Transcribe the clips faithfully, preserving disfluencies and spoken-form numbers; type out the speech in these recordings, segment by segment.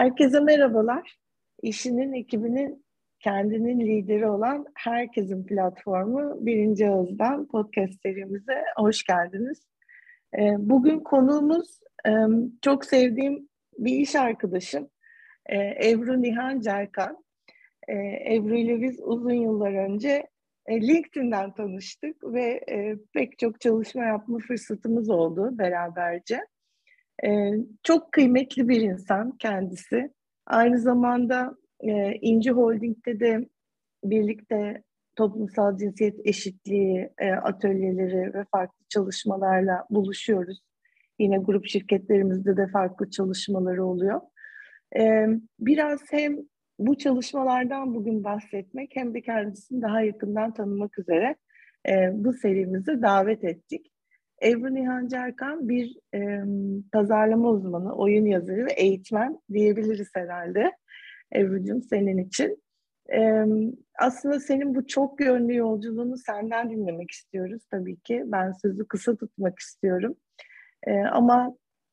Herkese merhabalar. İşinin, ekibinin, kendinin lideri olan herkesin platformu Birinci Ağız'dan podcast serimize hoş geldiniz. Ee, Bugün konuğumuz e, çok sevdiğim bir iş arkadaşım e, Ebru Nihan Cerkan. E, Ebru ile biz uzun yıllar önce e, LinkedIn'den tanıştık ve e, pek çok çalışma yapma fırsatımız oldu beraberce. Ee, çok kıymetli bir insan kendisi. Aynı zamanda e, İnci Holding'de de birlikte toplumsal cinsiyet eşitliği e, atölyeleri ve farklı çalışmalarla buluşuyoruz. Yine grup şirketlerimizde de farklı çalışmaları oluyor. E, Biraz hem bu çalışmalardan bugün bahsetmek hem de kendisini daha yakından tanımak üzere e, bu serimize davet ettik. Ebru Nihan Cerkan bir e, pazarlama uzmanı, oyun yazarı ve eğitmen diyebiliriz herhalde. Ebru'cum senin için. E, Aslında senin bu çok yönlü yolculuğunu senden dinlemek istiyoruz tabii ki. Ben sözü kısa tutmak istiyorum. E, ama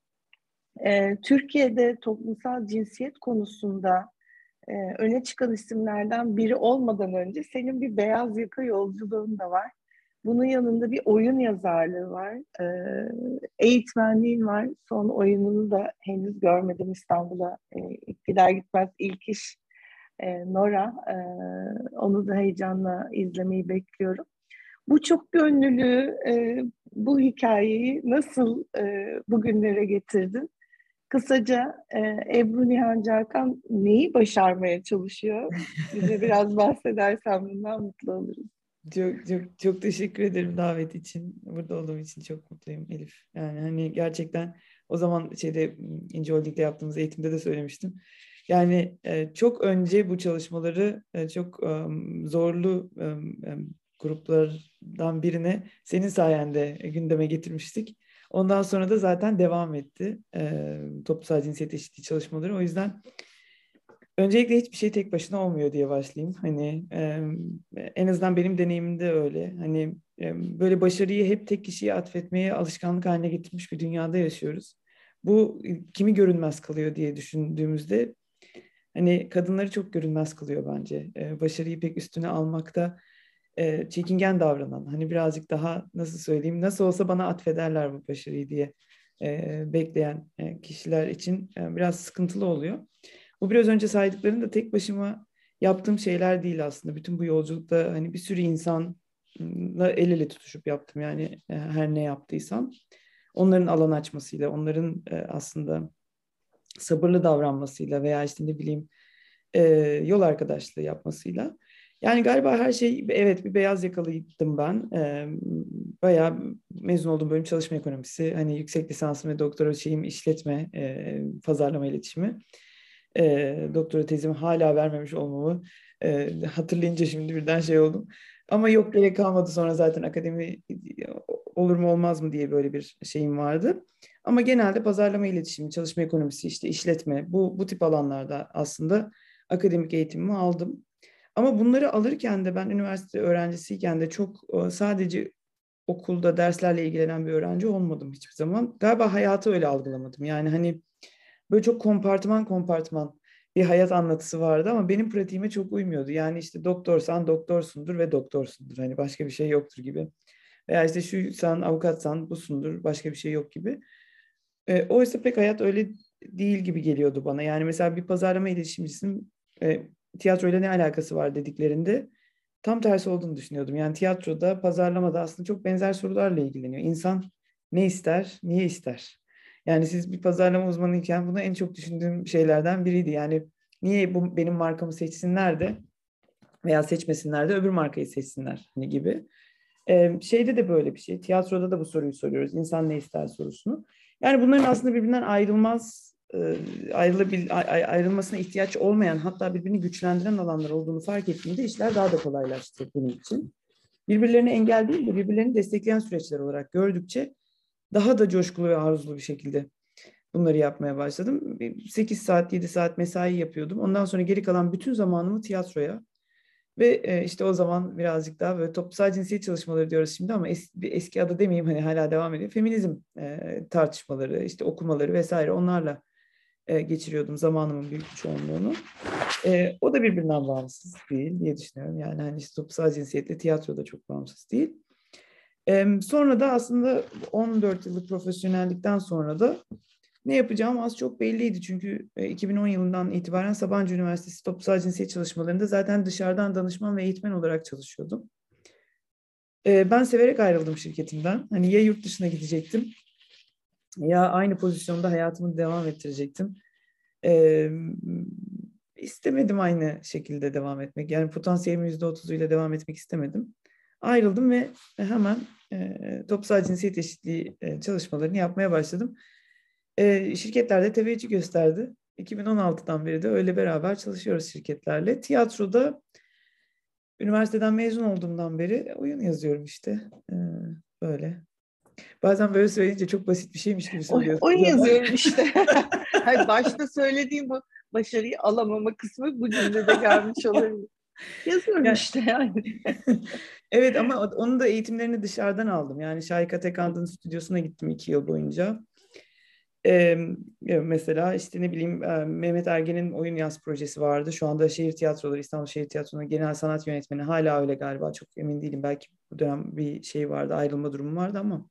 e, Türkiye'de toplumsal cinsiyet konusunda e, öne çıkan isimlerden biri olmadan önce senin bir beyaz yaka yolculuğun da var. Bunun yanında bir oyun yazarlığı var, e, eğitmenliğin var. Son oyununu da henüz görmedim İstanbul'a. E, gider gitmez ilk iş e, Nora. E, onu da heyecanla izlemeyi bekliyorum. Bu çok gönüllülüğü, e, bu hikayeyi nasıl e, bugünlere getirdin? Kısaca e, Ebru Nihan Cerkan neyi başarmaya çalışıyor? Bize biraz bahsedersen bundan mutlu oluruz. Çok, çok, çok teşekkür ederim davet için. Burada olduğum için çok mutluyum Elif. Yani hani gerçekten o zaman şeyde İnci Holding'de yaptığımız eğitimde de söylemiştim. Yani e, çok önce bu çalışmaları e, çok um, zorlu um, um, gruplardan birine senin sayende gündeme getirmiştik. Ondan sonra da zaten devam etti e, toplumsal cinsiyet eşitliği çalışmaları. O yüzden öncelikle hiçbir şey tek başına olmuyor diye başlayayım. Hani e, en azından benim deneyimimde öyle. Hani e, böyle başarıyı hep tek kişiye atfetmeye alışkanlık haline getirmiş bir dünyada yaşıyoruz. Bu kimi görünmez kılıyor diye düşündüğümüzde hani kadınları çok görünmez kılıyor bence. E, başarıyı pek üstüne almakta e, çekingen davranan, hani birazcık daha nasıl söyleyeyim, nasıl olsa bana atfederler bu başarıyı diye e, bekleyen e, kişiler için e, biraz sıkıntılı oluyor. Bu biraz önce saydıklarım da tek başıma yaptığım şeyler değil aslında. Bütün bu yolculukta hani bir sürü insanla el ele tutuşup yaptım yani e, her ne yaptıysam. Onların alan açmasıyla, onların e, aslında sabırlı davranmasıyla veya işte ne bileyim e, yol arkadaşlığı yapmasıyla. Yani galiba her şey, evet, bir beyaz yakalıydım ben. E, bayağı mezun olduğum bölüm çalışma ekonomisi. Hani yüksek lisansım ve doktora şeyim işletme, e, pazarlama iletişimi. E, doktora tezimi hala vermemiş olmamı e, hatırlayınca şimdi birden şey oldum. Ama yok, gerek kalmadı, sonra zaten akademi olur mu olmaz mı diye böyle bir şeyim vardı. Ama genelde pazarlama iletişimi, çalışma ekonomisi, işte işletme, bu, bu tip alanlarda aslında akademik eğitimimi aldım. Ama bunları alırken de ben üniversite öğrencisiyken de çok e, sadece okulda derslerle ilgilenen bir öğrenci olmadım hiçbir zaman. Galiba hayatı öyle algılamadım. Yani hani böyle çok kompartıman kompartıman bir hayat anlatısı vardı ama benim pratiğime çok uymuyordu. Yani işte doktorsan doktorsundur ve doktorsundur. Hani başka bir şey yoktur gibi. Veya işte şuysan avukatsan busundur, başka bir şey yok gibi. E, oysa pek hayat öyle değil gibi geliyordu bana. Yani mesela bir pazarlama iletişimcisinin e, tiyatroyla ne alakası var dediklerinde tam tersi olduğunu düşünüyordum. Yani tiyatroda, pazarlamada aslında çok benzer sorularla ilgileniyor. İnsan ne ister, niye ister? Yani siz bir pazarlama uzmanıyken bunu en çok düşündüğüm şeylerden biriydi. Yani niye bu benim markamı seçsinler de veya seçmesinler de öbür markayı seçsinler hani gibi. Ee, şeyde de böyle bir şey. Tiyatroda da bu soruyu soruyoruz. İnsan ne ister sorusunu. Yani bunların aslında birbirinden ayrılmaz, e, ayrılabil, ayrılmasına ihtiyaç olmayan, hatta birbirini güçlendiren alanlar olduğunu fark ettiğimde işler daha da kolaylaştı benim için. Birbirlerine engel değil de birbirlerini destekleyen süreçler olarak gördükçe daha da coşkulu ve arzulu bir şekilde bunları yapmaya başladım. sekiz saat, yedi saat mesai yapıyordum. Ondan sonra geri kalan bütün zamanımı tiyatroya ve e, işte o zaman birazcık daha böyle toplumsal cinsiyet çalışmaları diyoruz şimdi ama es, bir eski adı demeyeyim, hani hala devam ediyor. Feminizm e, tartışmaları, işte okumaları vesaire, onlarla e, geçiriyordum zamanımın büyük bir çoğunluğunu. E, o da birbirinden bağımsız değil diye düşünüyorum. Yani hani işte toplumsal cinsiyetle tiyatro da çok bağımsız değil. E, sonra da aslında on dört yıllık profesyonellikten sonra da ne yapacağım az çok belliydi. Çünkü e, iki bin on yılından itibaren Sabancı Üniversitesi Toplumsal Cinsiyet Çalışmalarında zaten dışarıdan danışman ve eğitmen olarak çalışıyordum. E, ben severek ayrıldım şirketimden. Hani ya yurt dışına gidecektim ya aynı pozisyonda hayatımı devam ettirecektim. E, istemedim aynı şekilde devam etmek. Yani potansiyelimin yüzde otuzuyla devam etmek istemedim. Ayrıldım ve hemen e, toplumsal cinsiyet eşitliği e, çalışmalarını yapmaya başladım. E, şirketlerde teveccüh gösterdi. iki bin on altıdan beri de öyle beraber çalışıyoruz şirketlerle. Tiyatroda üniversiteden mezun olduğumdan beri oyun yazıyorum işte. E, böyle. Bazen böyle söyleyince çok basit bir şeymiş gibi O- Oyun söylüyorsunuz ama. yazıyorum işte. Hayır, başta söylediğim bu başarıyı alamama kısmı bu cümlede gelmiş olabilir. Yazıyorum Yani, işte yani. evet ama onun da eğitimlerini dışarıdan aldım. Yani Şahika Tekand'ın stüdyosuna gittim iki yıl boyunca. Ee, mesela işte ne bileyim e, Mehmet Ergen'in Oyun Yaz projesi vardı. Şu anda Şehir Tiyatroları, İstanbul Şehir Tiyatrosu'nun genel sanat yönetmeni, hala öyle galiba, çok emin değilim. Belki bu dönem bir şey vardı, ayrılma durumu vardı ama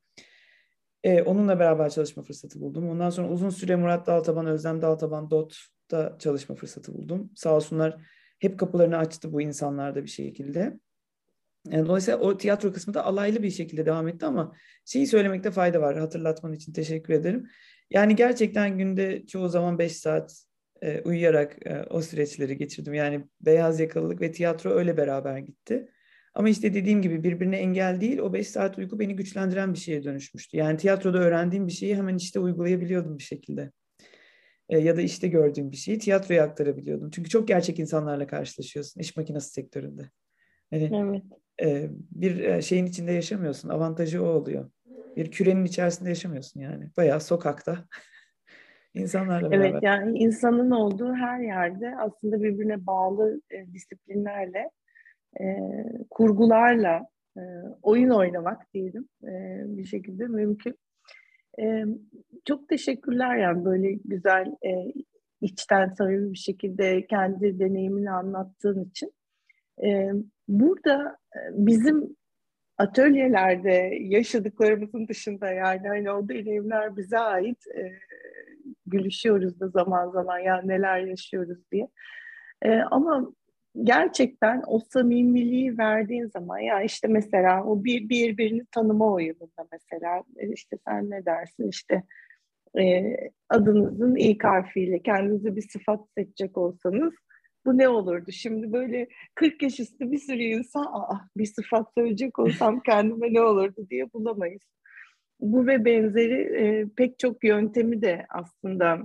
e, onunla beraber çalışma fırsatı buldum. Ondan sonra uzun süre Murat Daltaban, Özlem Daltaban, D O T'da çalışma fırsatı buldum. Sağ olsunlar, hep kapılarını açtı bu insanlar da bir şekilde. Yani dolayısıyla o tiyatro kısmı da alaylı bir şekilde devam etti ama şeyi söylemekte fayda var. Hatırlatman için teşekkür ederim. Yani gerçekten günde çoğu zaman beş saat e, uyuyarak e, o süreçleri geçirdim. Yani beyaz yakalılık ve tiyatro öyle beraber gitti. Ama işte dediğim gibi birbirine engel değil, o beş saat uyku beni güçlendiren bir şeye dönüşmüştü. Yani tiyatroda öğrendiğim bir şeyi hemen işte uygulayabiliyordum bir şekilde. E, ya da işte gördüğüm bir şeyi tiyatroya aktarabiliyordum. Çünkü çok gerçek insanlarla karşılaşıyorsun iş makinesi sektöründe. Hani Evet. e, bir e, şeyin içinde yaşamıyorsun. Avantajı o oluyor. Bir kürenin içerisinde yaşamıyorsun yani. Bayağı sokakta insanlarla Evet, beraber. yani insanın olduğu her yerde aslında birbirine bağlı e, disiplinlerle, e, kurgularla e, oyun oynamak diyelim e, bir şekilde mümkün. E, Çok teşekkürler yani böyle güzel, e, içten samimi bir şekilde kendi deneyimini anlattığın için. E, Burada e, bizim atölyelerde yaşadıklarımızın dışında, yani hani o deneyimler bize ait, e, gülüşüyoruz da zaman zaman ya neler yaşıyoruz diye. E, ama gerçekten o samimiliği verdiğin zaman, ya işte mesela o bir birbirini tanıma oyununda mesela, e, işte sen ne dersin, işte e, adınızın ilk harfiyle kendinize bir sıfat seçecek olsanız bu ne olurdu? Şimdi böyle kırk yaş üstü bir sürü insan, aa, bir sıfat söyleyecek olsam kendime ne olurdu diye bulamayız. Bu ve benzeri e, pek çok yöntemi de aslında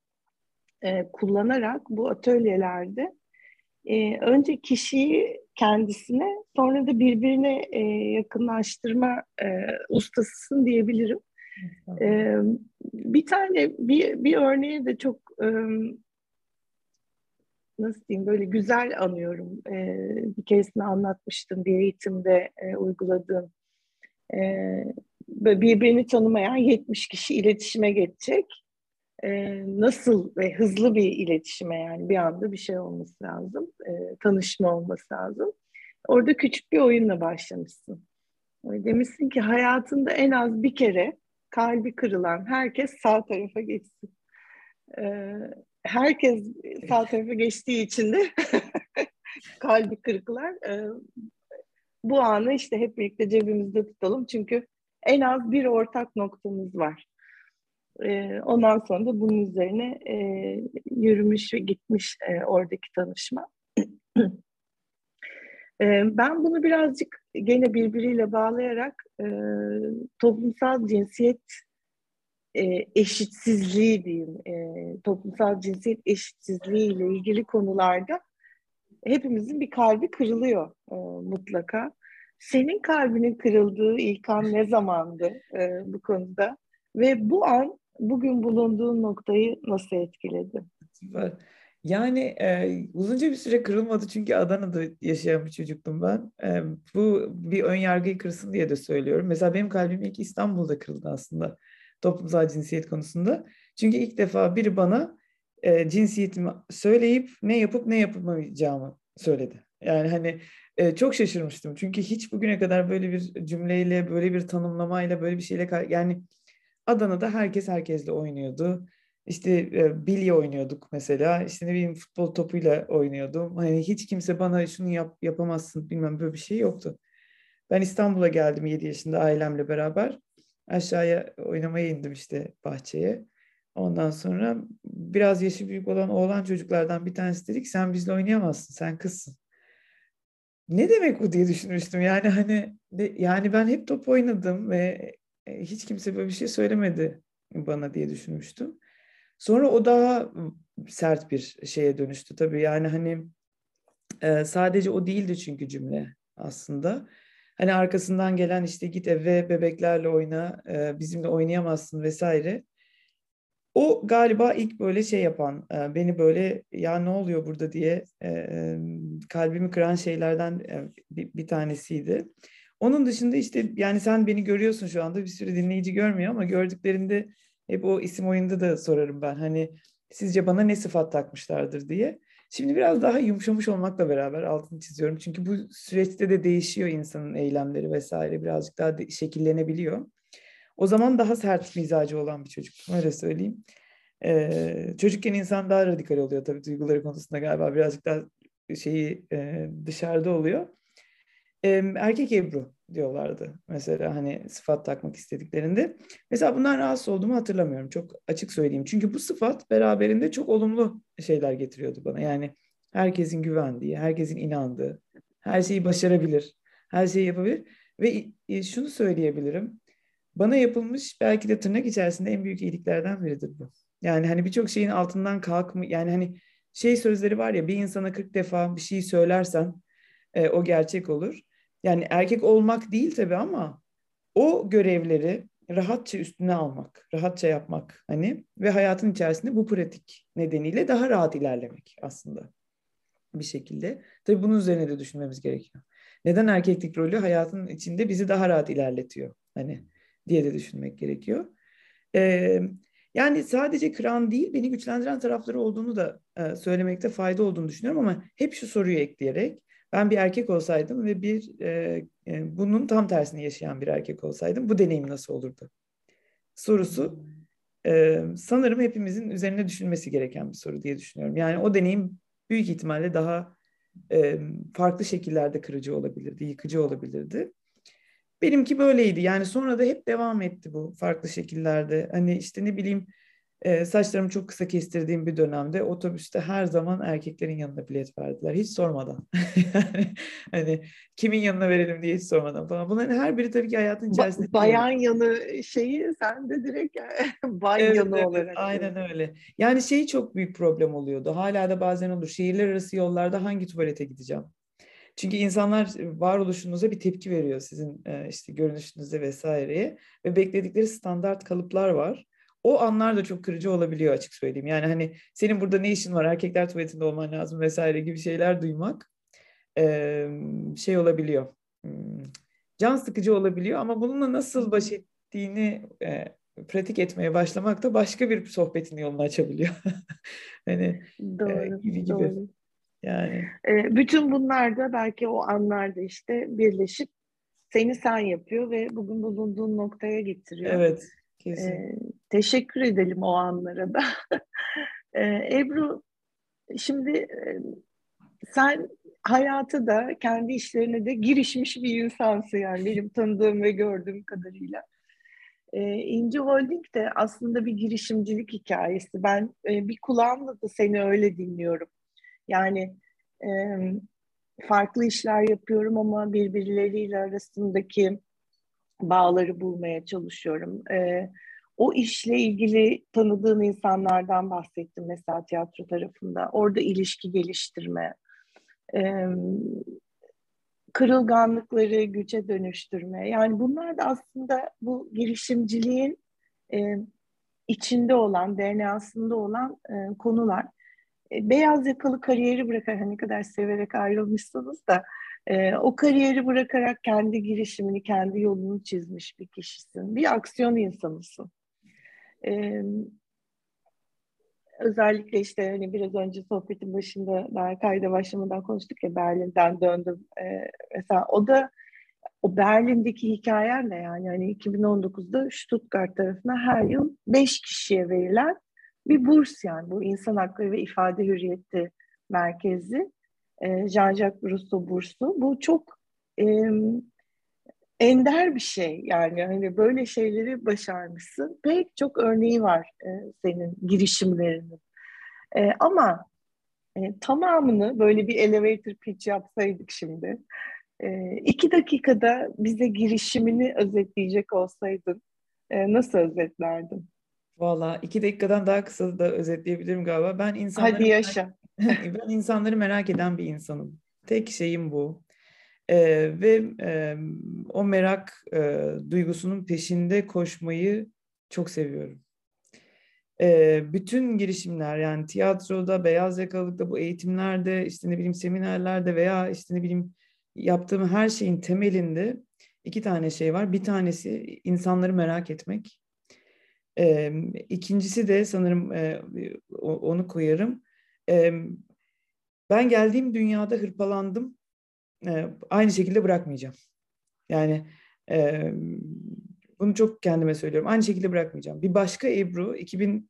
e, kullanarak bu atölyelerde e, önce kişiyi kendisine, sonra da birbirine e, yakınlaştırma e, ustasısın diyebilirim. E, Bir tane bir, bir örneği de çok e, nasıl diyeyim, böyle güzel anıyorum. E, bir keresinde anlatmıştım bir eğitimde e, uyguladığım. E, Böyle birbirini tanımayan yetmiş kişi iletişime geçecek. E, nasıl ve hızlı bir iletişime, yani bir anda bir şey olması lazım. E, tanışma olması lazım. Orada küçük bir oyunla başlamışsın. Demişsin ki hayatında en az bir kere kalbi kırılan herkes sağ tarafa geçsin. Ee, Herkes sağ tarafa geçtiği için de kalbi kırıklar. Ee, bu anı işte hep birlikte cebimizde tutalım. Çünkü en az bir ortak noktamız var. Ee, ondan sonra da bunun üzerine e, yürümüş ve gitmiş e, oradaki tanışma. Ee, ben bunu birazcık gene birbiriyle bağlayarak e, toplumsal cinsiyet e, eşitsizliği diyeyim, e, toplumsal cinsiyet eşitsizliği ile ilgili konularda hepimizin bir kalbi kırılıyor e, mutlaka. Senin kalbinin kırıldığı ilk an ne zamandı e, bu konuda? Ve bu an bugün bulunduğun noktayı nasıl etkiledi? Süper. Yani e, uzunca bir süre kırılmadı çünkü Adana'da yaşayan bir çocuktum ben. E, bu bir ön yargıyı kırsın diye de söylüyorum. Mesela benim kalbim ilk İstanbul'da kırıldı aslında toplumsal cinsiyet konusunda. Çünkü ilk defa biri bana e, cinsiyetimi söyleyip ne yapıp ne yapamayacağımı söyledi. Yani hani e, çok şaşırmıştım. Çünkü hiç bugüne kadar böyle bir cümleyle, böyle bir tanımlamayla, böyle bir şeyle, yani Adana'da herkes herkesle oynuyordu. İşte e, bilye oynuyorduk mesela. İşte ne bileyim futbol topuyla oynuyordum. Hani hiç kimse bana şunu yap, yapamazsın bilmem, böyle bir şey yoktu. Ben İstanbul'a geldim yedi yaşında ailemle beraber. Aşağıya oynamaya indim işte bahçeye. Ondan sonra biraz yaşı büyük olan oğlan çocuklardan bir tanesi dedi ki sen bizle oynayamazsın, sen kızsın. Ne demek bu diye düşünmüştüm. Yani hani de, yani ben hep top oynadım ve e, hiç kimse böyle bir şey söylemedi bana diye düşünmüştüm. Sonra o daha sert bir şeye dönüştü tabii. Yani hani e, sadece o değildi çünkü cümle aslında. Hani arkasından gelen işte git eve bebeklerle oyna, e, bizimle oynayamazsın vesaire. O galiba ilk böyle şey yapan, e, beni böyle ya ne oluyor burada diye e, e, kalbimi kıran şeylerden e, bir, bir tanesiydi. Onun dışında işte yani sen beni görüyorsun şu anda, bir sürü dinleyici görmüyor ama gördüklerinde hep o isim oyunda da sorarım ben. Hani sizce bana ne sıfat takmışlardır diye. Şimdi biraz daha yumuşamış olmakla beraber altını çiziyorum. Çünkü bu süreçte de değişiyor insanın eylemleri vesaire, birazcık daha de- şekillenebiliyor. O zaman daha sert mizacı olan bir çocuktum, öyle söyleyeyim. Ee, çocukken insan daha radikal oluyor tabii, duyguları konusunda galiba birazcık daha şeyi e, dışarıda oluyor. Ee, erkek Ebru diyorlardı mesela, hani sıfat takmak istediklerinde. Mesela bundan rahatsız olduğumu hatırlamıyorum, çok açık söyleyeyim. Çünkü bu sıfat beraberinde çok olumlu şeyler getiriyordu bana. Yani herkesin güvendiği, herkesin inandığı, her şeyi başarabilir, her şeyi yapabilir. Ve e, şunu söyleyebilirim. Bana yapılmış belki de tırnak içerisinde en büyük iyiliklerden biridir bu. Yani hani birçok şeyin altından kalkma, yani hani şey sözleri var ya, bir insana kırk defa bir şey söylersen e, o gerçek olur. Yani erkek olmak değil tabii ama o görevleri rahatça üstüne almak, rahatça yapmak hani, ve hayatın içerisinde bu pratik nedeniyle daha rahat ilerlemek aslında bir şekilde. Tabii bunun üzerine de düşünmemiz gerekiyor. Neden erkeklik rolü hayatın içinde bizi daha rahat ilerletiyor hani diye de düşünmek gerekiyor. Ee, Yani sadece kıran değil, beni güçlendiren tarafları olduğunu da e, söylemekte fayda olduğunu düşünüyorum ama hep şu soruyu ekleyerek, ben bir erkek olsaydım ve bir e, e, bunun tam tersini yaşayan bir erkek olsaydım bu deneyim nasıl olurdu? Sorusu e, sanırım hepimizin üzerine düşünmesi gereken bir soru diye düşünüyorum. Yani o deneyim büyük ihtimalle daha e, farklı şekillerde kırıcı olabilirdi, yıkıcı olabilirdi. Benimki böyleydi. Yani sonra da hep devam etti bu farklı şekillerde. Hani işte ne bileyim, e, saçlarımı çok kısa kestirdiğim bir dönemde otobüste her zaman erkeklerin yanına bilet verdiler. Hiç sormadan. Yani hani kimin yanına verelim diye hiç sormadan falan. Bunların her biri tabii ki hayatın Ba- içerisinde şey oluyor. bayan yanı şeyi sen de direkt bay Evet, yanı evet, olarak aynen görüyorsun. öyle. Yani şey çok büyük problem oluyordu. Hala da bazen olur. Şehirler arası yollarda hangi tuvalete gideceğim? Çünkü insanlar varoluşunuza bir tepki veriyor sizin e, işte görünüşünüze vesaireye ve bekledikleri standart kalıplar var. O anlar da çok kırıcı olabiliyor, açık söyleyeyim. Yani hani senin burada ne işin var? Erkekler tuvaletinde olman lazım vesaire gibi şeyler duymak e, şey olabiliyor. Hmm, Can sıkıcı olabiliyor ama bununla nasıl baş ettiğini e, pratik etmeye başlamak da başka bir sohbetin yolunu açabiliyor. Hani e, Doğru, gibi gibi. doğru. Yani E, bütün bunlar da belki o anlarda işte birleşip seni sen yapıyor ve bugün bulunduğun noktaya getiriyor. evet, E, kesin. Teşekkür edelim o anlara da. E, Ebru, şimdi e, sen hayata da kendi işlerine de girişmiş bir insansın yani benim tanıdığım ve gördüğüm kadarıyla. E, İnci Holding de aslında bir girişimcilik hikayesi. Ben e, bir kulağımla da seni öyle dinliyorum. Yani e, farklı işler yapıyorum ama birbirleriyle arasındaki bağları bulmaya çalışıyorum. E, o işle ilgili tanıdığın insanlardan bahsettim mesela tiyatro tarafında. Orada ilişki geliştirme, e, kırılganlıkları güce dönüştürme. Yani bunlar da aslında bu girişimciliğin e, içinde olan, D N A'sında olan e, konular. E, beyaz yakalı kariyeri bırakarak, ne kadar severek ayrılmışsınız da, e, o kariyeri bırakarak kendi girişimini, kendi yolunu çizmiş bir kişisin. Bir aksiyon insanısın. E, özellikle işte hani biraz önce sohbetin başında daha kayda başlamadan konuştuk ya, Berlin'den döndüm. Ee, mesela o da o Berlin'deki hikayen de yani hani iki bin on dokuzda Stuttgart tarafına her yıl beş kişiye verilen bir burs, yani bu insan hakları ve ifade hürriyeti merkezi, e, Jean-Jacques Rousseau bursu. Bu çok e, ender bir şey, yani hani böyle şeyleri başarmışsın. Pek çok örneği var e, senin girişimlerinin. E, ama e, tamamını böyle bir elevator pitch yapsaydık şimdi. E, iki dakikada bize girişimini özetleyecek olsaydın e, nasıl özetlerdin? Valla iki dakikadan daha kısa da özetleyebilirim galiba. Ben insanları Hadi merak, yaşa. ben insanları merak eden bir insanım. Tek şeyim bu. Ee, ve e, o merak e, duygusunun peşinde koşmayı çok seviyorum. Ee, bütün girişimler, yani tiyatroda, beyaz yakalıkta, bu eğitimlerde, işte ne bileyim seminerlerde veya işte ne bileyim yaptığım her şeyin temelinde iki tane şey var. Bir tanesi insanları merak etmek. Ee, ikincisi de sanırım e, onu koyarım. Ee, ben geldiğim dünyada hırpalandım. Ee, aynı şekilde bırakmayacağım. Yani e, bunu çok kendime söylüyorum. Aynı şekilde bırakmayacağım. Bir başka Ebru iki bin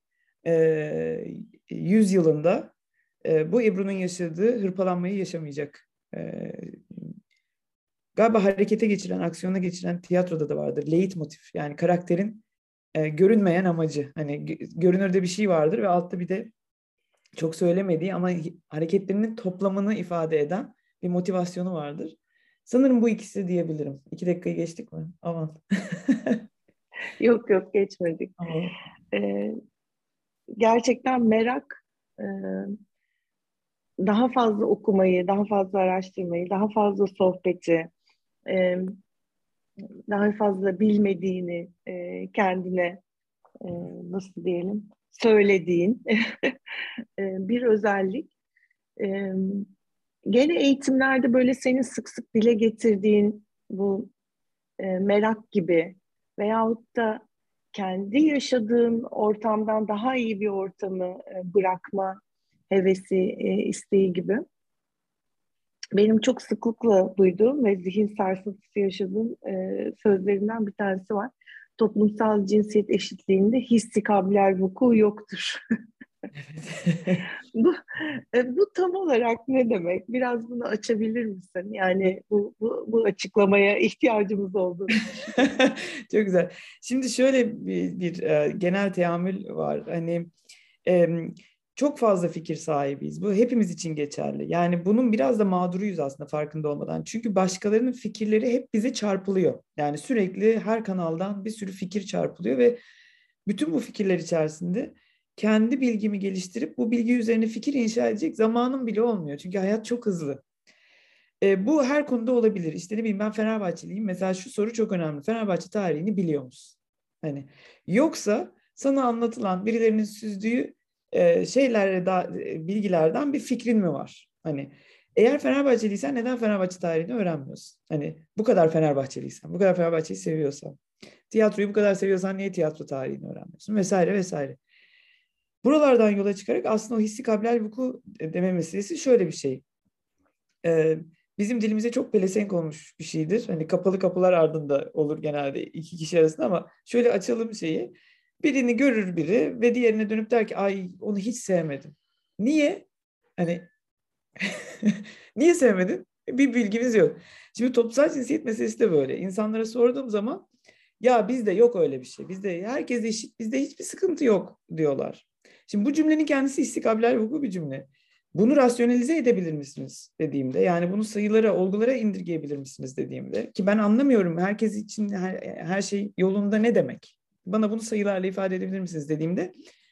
yüz yılında e, bu Ebru'nun yaşadığı hırpalanmayı yaşamayacak. E, galiba harekete geçiren, aksiyona geçiren tiyatroda da vardır. Leitmotiv, yani karakterin e, görünmeyen amacı. Hani görünürde bir şey vardır ve altta bir de çok söylemediği ama hareketlerinin toplamını ifade eden bir motivasyonu vardır. Sanırım bu ikisi diyebilirim. İki dakikayı geçtik mi? Aman. Yok yok, geçmedik. Aman. E, gerçekten merak, e, daha fazla okumayı, daha fazla araştırmayı, daha fazla sohbeti, e, daha fazla bilmediğini e, kendine, e, nasıl diyelim, söylediğin e, bir özellik. E, gene eğitimlerde böyle senin sık sık dile getirdiğin bu e, merak gibi veyahut da kendi yaşadığın ortamdan daha iyi bir ortamı e, bırakma hevesi, e, isteği gibi. Benim çok sıklıkla duyduğum ve zihin sarsıntısı yaşadığım e, sözlerinden bir tanesi var. Toplumsal cinsiyet eşitliğinde hissi kabilel vuku yoktur. Evet. Bu, e, bu tam olarak ne demek? Biraz bunu açabilir misin? Yani bu, bu, bu açıklamaya ihtiyacımız olduğunu düşünüyorum. Çok güzel. Şimdi şöyle bir, bir e, genel teamül var. Hani e, çok fazla fikir sahibiyiz. Bu hepimiz için geçerli. Yani bunun biraz da mağduruyuz aslında farkında olmadan. Çünkü başkalarının fikirleri hep bize çarpılıyor. Yani sürekli her kanaldan bir sürü fikir çarpılıyor ve bütün bu fikirler içerisinde kendi bilgimi geliştirip bu bilgi üzerine fikir inşa edecek zamanım bile olmuyor. Çünkü hayat çok hızlı. E, bu her konuda olabilir. İşte ne bileyim, ben Fenerbahçeliyim. Mesela şu soru çok önemli. Fenerbahçe tarihini biliyor musun? Hani yoksa sana anlatılan, birilerinin süzdüğü e, şeylerle da, e, bilgilerden bir fikrin mi var? Hani eğer Fenerbahçeliysen neden Fenerbahçe tarihini öğrenmiyorsun? Hani bu kadar Fenerbahçeliysen, bu kadar Fenerbahçe'yi seviyorsan, tiyatroyu bu kadar seviyorsan niye tiyatro tarihini öğrenmiyorsun? Vesaire vesaire. Buralardan yola çıkarak aslında o hissi kabilel vuku deme meselesi şöyle bir şey. Ee, bizim dilimize çok pelesenk olmuş bir şeydir. Hani kapalı kapılar ardında olur genelde iki kişi arasında, ama şöyle açalım şeyi. Birini görür biri ve diğerine dönüp der ki ay onu hiç sevmedim. Niye? Hani niye sevmedin? Bir bilgimiz yok. Şimdi toplumsal cinsiyet meselesi de böyle. İnsanlara sorduğum zaman ya bizde yok öyle bir şey. Bizde herkes eşit, bizde hiçbir sıkıntı yok diyorlar. Şimdi bu cümlenin kendisi istikablal vuku bir cümle. Bunu rasyonalize edebilir misiniz dediğimde, yani bunu sayılara, olgulara indirgeyebilir misiniz dediğimde, ki ben anlamıyorum herkes için her, her şey yolunda ne demek? Bana bunu sayılarla ifade edebilir misiniz dediğimde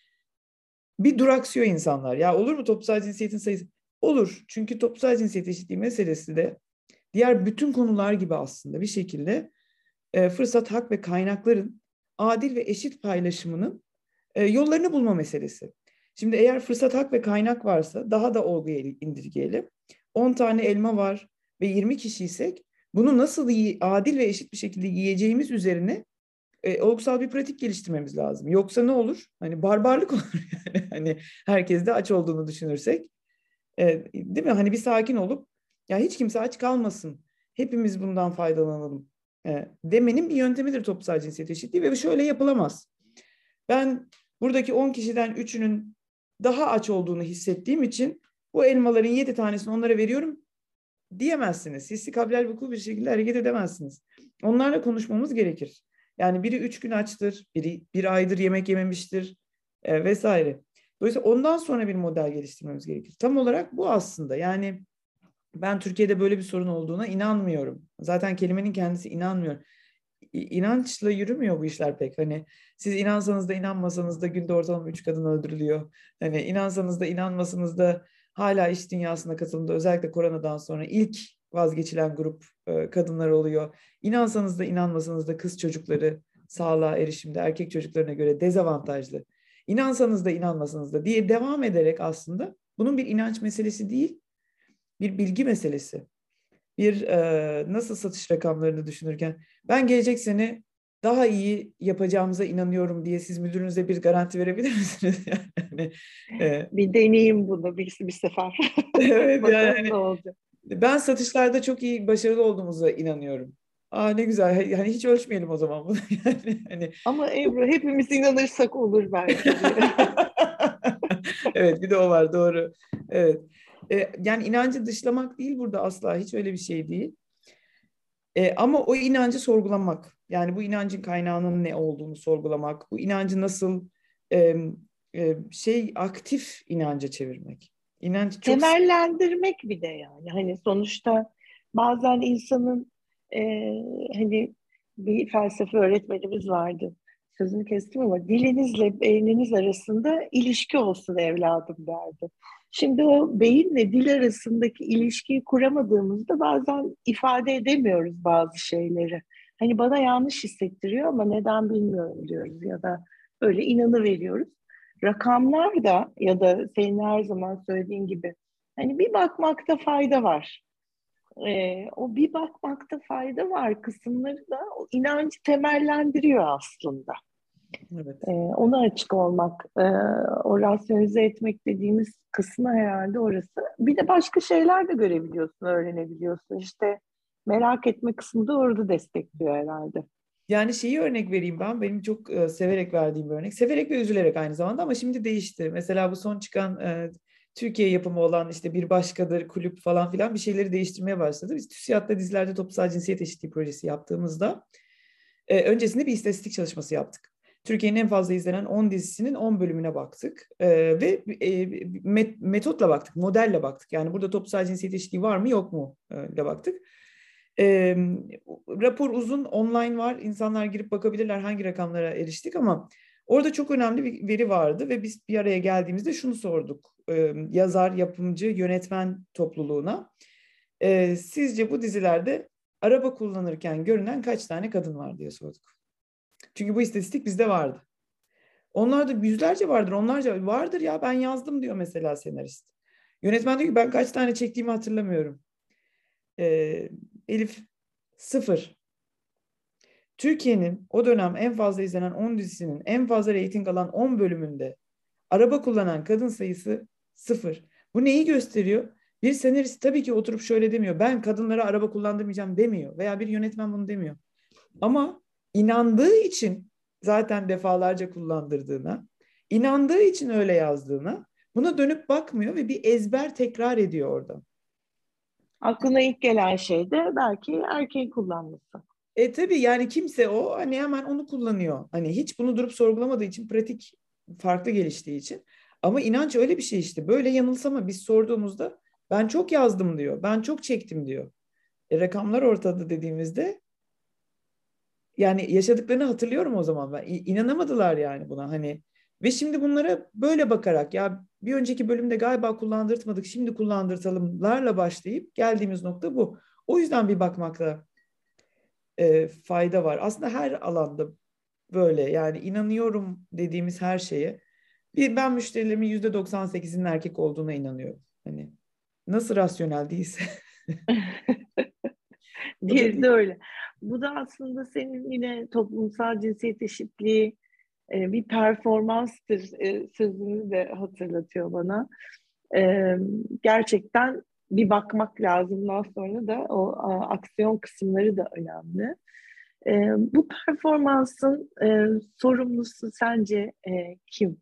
bir duraksıyor insanlar. Ya olur mu toplumsal cinsiyetin sayısı? Olur. Çünkü toplumsal cinsiyet eşitliği meselesi de diğer bütün konular gibi aslında bir şekilde e, fırsat, hak ve kaynakların adil ve eşit paylaşımının e, yollarını bulma meselesi. Şimdi eğer fırsat, hak ve kaynak varsa daha da olguya indirgeyelim. on tane elma var ve yirmi kişiysek bunu nasıl iyi, adil ve eşit bir şekilde yiyeceğimiz üzerine e, olgusal bir pratik geliştirmemiz lazım. Yoksa ne olur? Hani barbarlık olur yani. Hani herkes de aç olduğunu düşünürsek. E, değil mi? Hani bir sakin olup ya hiç kimse aç kalmasın. Hepimiz bundan faydalanalım. E, demenin bir yöntemidir toplumsal cinsiyet eşitliği ve şöyle yapılamaz. Ben buradaki on kişiden üçünün daha aç olduğunu hissettiğim için bu elmaların yedi tanesini onlara veriyorum diyemezsiniz. Hissi kabilel vuku bir şekilde hareket edemezsiniz. Onlarla konuşmamız gerekir. Yani biri üç gün açtır, biri bir aydır yemek yememiştir e, vesaire. Dolayısıyla ondan sonra bir model geliştirmemiz gerekir. Tam olarak bu aslında. Yani ben Türkiye'de böyle bir sorun olduğuna inanmıyorum. Zaten kelimenin kendisi inanmıyor. İnançla yürümüyor bu işler pek. Hani siz inansanız da inanmasanız da günde ortalama üç kadın öldürülüyor. Hani inansanız da inanmasanız da hala iş dünyasına katılımda özellikle koronadan sonra ilk vazgeçilen grup e, kadınlar oluyor. İnansanız da inanmasanız da kız çocukları sağlığa erişimde erkek çocuklarına göre dezavantajlı. İnansanız da inanmasanız da diye devam ederek aslında bunun bir inanç meselesi değil, bir bilgi meselesi. Bir e, nasıl satış rakamlarını düşünürken ben gelecek sene daha iyi yapacağımıza inanıyorum diye siz müdürünüze bir garanti verebilir misiniz? Yani, e, bir deneyim bunu bir, bir sefer. Evet Bakalım yani ne olacak. ben satışlarda çok iyi başarılı olduğumuza inanıyorum. Aa ne güzel. Yani hiç ölçmeyelim o zaman bunu. Yani hani Ama Ebru hepimiz inanırsak olur belki diye. Evet bir de o var doğru. Evet. E, yani inancı dışlamak değil burada asla hiç öyle bir şey değil. E, ama o inancı sorgulamak, yani bu inancın kaynağının ne olduğunu sorgulamak, bu inancı nasıl e, e, şey aktif inanca çevirmek. İnanç çok Temellendirmek bir de yani. Hani sonuçta bazen insanın e, hani bir felsefe öğretmenimiz vardı. Sözünü kestim ama dilinizle beyniniz arasında ilişki olsun evladım derdi. Şimdi o beyinle dil arasındaki ilişkiyi kuramadığımızda bazen ifade edemiyoruz bazı şeyleri. Hani bana yanlış hissettiriyor ama neden bilmiyorum diyoruz ya da öyle inanıveriyoruz. Rakamlar da ya da senin her zaman söylediğin gibi hani bir bakmakta fayda var. Ee, o bir bakmakta fayda var kısımları da o inancı temellendiriyor aslında. evet. Ee, ona açık olmak, e, o rasyonize etmek dediğimiz kısmı herhalde orası. Bir de başka şeyler de görebiliyorsun, öğrenebiliyorsun. İşte merak etme kısmı da orada destekliyor herhalde. Yani şeyi örnek vereyim ben. Benim çok e, severek verdiğim bir örnek. Severek ve üzülerek aynı zamanda ama şimdi değişti. Mesela bu son çıkan e, Türkiye yapımı olan işte Bir Başkadır, Kulüp falan filan bir şeyleri değiştirmeye başladı. Biz TÜSİAD'da dizilerde toplumsal cinsiyet eşitliği projesi yaptığımızda e, öncesinde bir istatistik çalışması yaptık. Türkiye'nin en fazla izlenen on dizisinin on bölümüne baktık. E, ve e, met, metotla baktık, modelle baktık. Yani burada toplumsal cinsiyet eşitliği var mı yok mu e, ile baktık. E, rapor uzun, online var. İnsanlar girip bakabilirler hangi rakamlara eriştik ama orada çok önemli bir veri vardı ve biz bir araya geldiğimizde şunu sorduk. E, yazar, yapımcı, yönetmen topluluğuna. E, sizce bu dizilerde araba kullanırken görünen kaç tane kadın var diye sorduk. Çünkü bu istatistik bizde vardı. Onlar da yüzlerce vardır, onlarca vardır ya ben yazdım diyor mesela senarist. Yönetmen diyor ki ben kaç tane çektiğimi hatırlamıyorum. E, Elif sıfır. Türkiye'nin o dönem en fazla izlenen on dizisinin en fazla reyting alan on bölümünde araba kullanan kadın sayısı sıfır. Bu neyi gösteriyor? Bir senarist tabii ki oturup şöyle demiyor. Ben kadınlara araba kullandırmayacağım demiyor. Veya bir yönetmen bunu demiyor. Ama inandığı için zaten defalarca kullandırdığına, inandığı için öyle yazdığına buna dönüp bakmıyor ve bir ezber tekrar ediyor orada. Aklına ilk gelen şey de belki erkeğin kullanması. E tabii yani kimse o hani hemen onu kullanıyor. Hani hiç bunu durup sorgulamadığı için pratik farklı geliştiği için. Ama inanç öyle bir şey işte. Böyle yanılsama biz sorduğumuzda ben çok yazdım diyor. Ben çok çektim diyor. E, rakamlar ortada dediğimizde yani yaşadıklarını hatırlıyorum o zaman ben. İ- inanamadılar yani buna hani. Ve şimdi bunlara böyle bakarak ya bir önceki bölümde galiba kullandırtmadık şimdi kullandırtalımlarla başlayıp geldiğimiz nokta bu. O yüzden bir bakmakta e, fayda var. Aslında her alanda böyle yani inanıyorum dediğimiz her şeye. Bir, ben müşterilerimin yüzde doksan sekizinin erkek olduğuna inanıyorum. Hani nasıl rasyonel değilse. O da Diğeri de değil. öyle. bu da aslında senin yine toplumsal cinsiyet eşitliği e, bir performanstır e, sözünü de hatırlatıyor bana. E, gerçekten bir bakmak lazım. Bundan sonra da o a, aksiyon kısımları da önemli. E, bu performansın e, sorumlusu sence e, kim?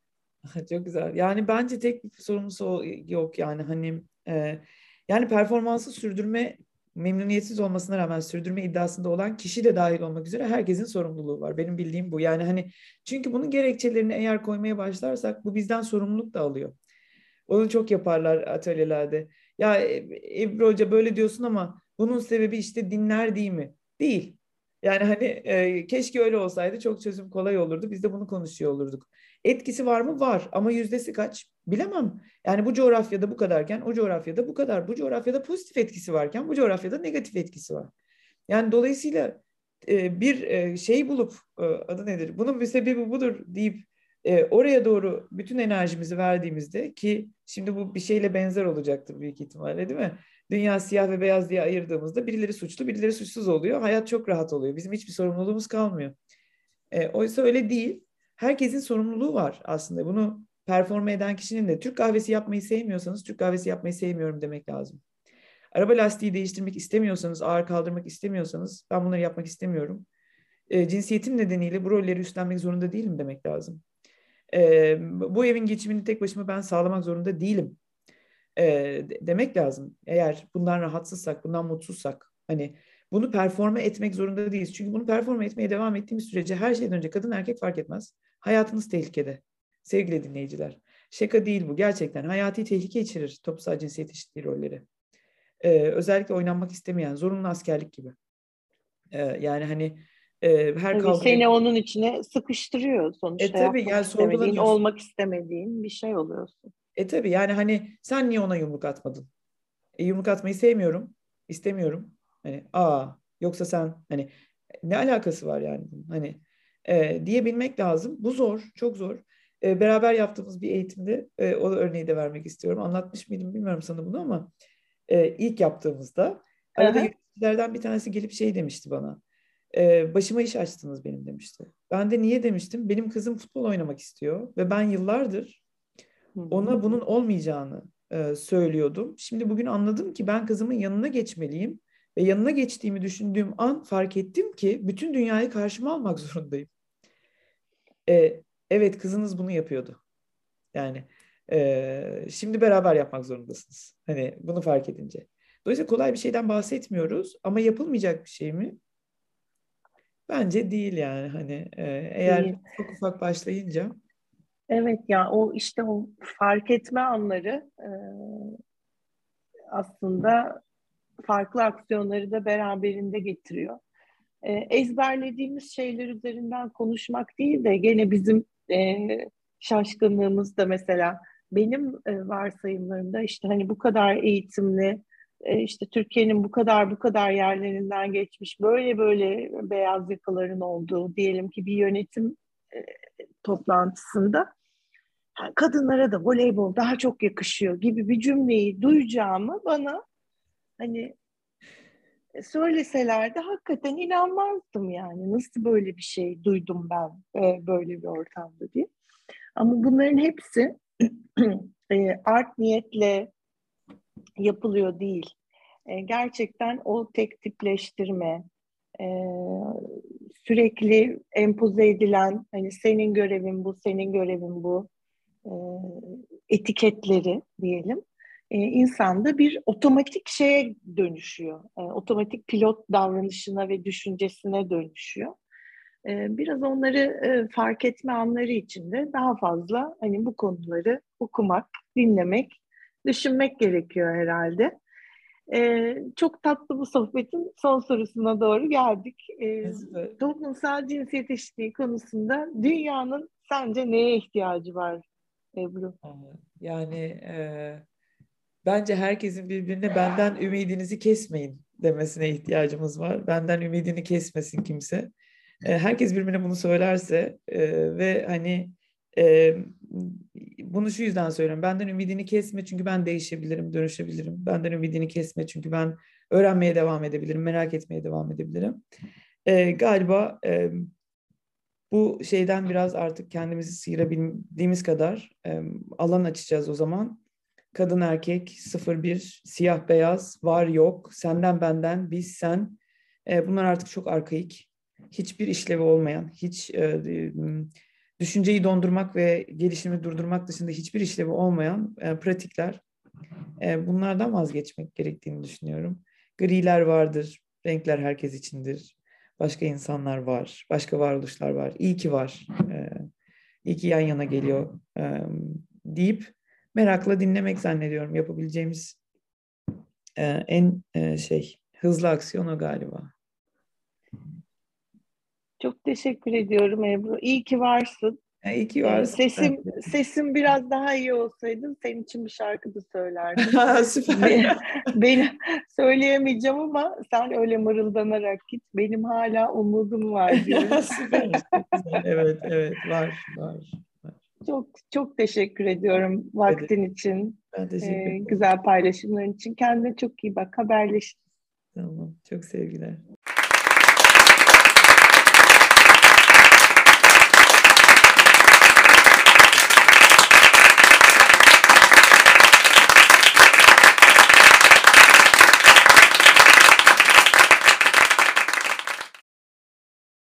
Çok güzel. Yani bence tek bir sorumlusu o- yok yani hani e, yani performansı sürdürme memnuniyetsiz olmasına rağmen sürdürme iddiasında olan kişi de dahil olmak üzere herkesin sorumluluğu var. Benim bildiğim bu. Yani hani çünkü bunun gerekçelerini eğer koymaya başlarsak bu bizden sorumluluk da alıyor. Onu çok yaparlar atölyelerde. Ya e, Ebru Hoca böyle diyorsun ama bunun sebebi işte dinler değil mi? Değil. Yani hani e, keşke öyle olsaydı çok çözüm kolay olurdu. Biz de bunu konuşuyor olurduk. Etkisi var mı? Var. Ama yüzdesi kaç? Bilemem. Yani bu coğrafyada bu kadarken o coğrafyada bu kadar. Bu coğrafyada pozitif etkisi varken bu coğrafyada negatif etkisi var. Yani dolayısıyla e, bir e, şey bulup e, adı nedir? Bunun müsebbibi budur deyip e, oraya doğru bütün enerjimizi verdiğimizde ki şimdi bu bir şeyle benzer olacaktır büyük ihtimalle değil mi? Dünya siyah ve beyaz diye ayırdığımızda birileri suçlu, birileri suçsuz oluyor. Hayat çok rahat oluyor. Bizim hiçbir sorumluluğumuz kalmıyor. E, oysa öyle değil. Herkesin sorumluluğu var aslında. Bunu performe eden kişinin de Türk kahvesi yapmayı sevmiyorsanız Türk kahvesi yapmayı sevmiyorum demek lazım. Araba lastiği değiştirmek istemiyorsanız, ağır kaldırmak istemiyorsanız ben bunları yapmak istemiyorum. E, cinsiyetim nedeniyle bu rolleri üstlenmek zorunda değilim demek lazım. E, bu evin geçimini tek başıma ben sağlamak zorunda değilim e, demek lazım. Eğer bundan rahatsızsak, bundan mutsuzsak, hani bunu performe etmek zorunda değiliz. Çünkü bunu performe etmeye devam ettiğimiz sürece her şeyden önce kadın erkek fark etmez. Hayatınız tehlikede. Sevgili dinleyiciler. Şaka değil bu. Gerçekten hayati tehlike içerir toplumsal cinsiyet eşitliği rolleri. E, özellikle oynanmak istemeyen, zorunlu askerlik gibi. E, yani hani e, her Tabii kavgaya... seni onun içine sıkıştırıyor E sonuçta, tabii yapmak yani istemediğin, sorgulamıyorsun. olmak istemediğin bir şey oluyorsun. E tabii yani hani sen niye ona yumruk atmadın? E, yumruk atmayı sevmiyorum, istemiyorum. Hani aa yoksa sen hani ne alakası var yani bunun? Hani e, diyebilmek lazım. Bu zor, çok zor. E, beraber yaptığımız bir eğitimde e, o örneği de vermek istiyorum. Anlatmış mıydım bilmiyorum sana bunu ama e, ilk yaptığımızda Hı arada hı. yöneticilerden bir tanesi gelip şey demişti bana. E, başıma iş açtınız benim demişti. Ben de niye demiştim? Benim kızım futbol oynamak istiyor ve ben yıllardır Hı hı. ona bunun olmayacağını e, söylüyordum. Şimdi bugün anladım ki ben kızımın yanına geçmeliyim ve yanına geçtiğimi düşündüğüm an fark ettim ki bütün dünyayı karşıma almak zorundayım. E, evet kızınız bunu yapıyordu. Yani e, şimdi beraber yapmak zorundasınız. Hani bunu fark edince. Dolayısıyla kolay bir şeyden bahsetmiyoruz ama yapılmayacak bir şey mi? Bence değil yani hani e, eğer Değil. çok ufak başlayınca. Evet ya, o işte o fark etme anları e, aslında farklı aksiyonları da beraberinde getiriyor. E, ezberlediğimiz şeyler üzerinden konuşmak değil de gene bizim e, şaşkınlığımız da mesela benim e, varsayımlarımda işte hani bu kadar eğitimli, e, işte Türkiye'nin bu kadar bu kadar yerlerinden geçmiş böyle böyle beyaz yakaların olduğu diyelim ki bir yönetim e, toplantısında "Ha, kadınlara da voleybol daha çok yakışıyor" gibi bir cümleyi duyacağımı bana hani söyleselerdi hakikaten inanmazdım yani. Nasıl böyle bir şey duydum ben e, böyle bir ortamda diye. Ama bunların hepsi e, art niyetle yapılıyor değil. E, gerçekten o tek tipleştirme, e, sürekli empoze edilen hani senin görevin bu, senin görevin bu e, etiketleri diyelim e, insanda bir otomatik şeye dönüşüyor. E, otomatik pilot davranışına ve düşüncesine dönüşüyor. E, biraz onları e, fark etme anları için de daha fazla hani bu konuları okumak, dinlemek, düşünmek gerekiyor herhalde. E, çok tatlı bu sohbetin son sorusuna doğru geldik. E, toplumsal cinsiyet eşitliği konusunda dünyanın sence neye ihtiyacı var Ebru? Yani e, bence herkesin birbirine benden ümidinizi kesmeyin demesine ihtiyacımız var. Benden ümidini kesmesin kimse. E, herkes birbirine bunu söylerse e, ve hani e, bunu şu yüzden söylüyorum. Benden ümidini kesme çünkü ben değişebilirim, dönüşebilirim. Benden ümidini kesme çünkü ben öğrenmeye devam edebilirim, merak etmeye devam edebilirim. E, galiba e, bu şeyden biraz artık kendimizi sıyırabildiğimiz kadar e, alan açacağız o zaman. Kadın erkek, sıfır bir, siyah beyaz, var yok, senden benden, biz sen. E, bunlar artık çok arkaik. Hiçbir işlevi olmayan, hiç e, düşünceyi dondurmak ve gelişimi durdurmak dışında hiçbir işlevi olmayan e, pratikler. E, bunlardan vazgeçmek gerektiğini düşünüyorum. Griler vardır, renkler herkes içindir. Başka insanlar var, başka varoluşlar var. İyi ki var, e, iyi ki yan yana geliyor e, deyip merakla dinlemek zannediyorum yapabileceğimiz e, en e, şey hızlı aksiyon o galiba. Çok teşekkür ediyorum Ebru. İyi ki varsın. E, iyi ki Ee, varsın. sesim sesim biraz daha iyi olsaydı senin için bir şarkı da söylerdim. Süper. Beni söyleyemeyeceğim ama sen öyle mırıldanarak git. Benim hala umudum var diyorum. Süper. Çok güzel. Evet, evet. Var, var. var. Çok çok teşekkür ediyorum Evet, vaktin için, ben teşekkür e, ederim. güzel paylaşımların için. Kendine çok iyi bak. Haberleşiriz. Tamam. Çok sevgiler.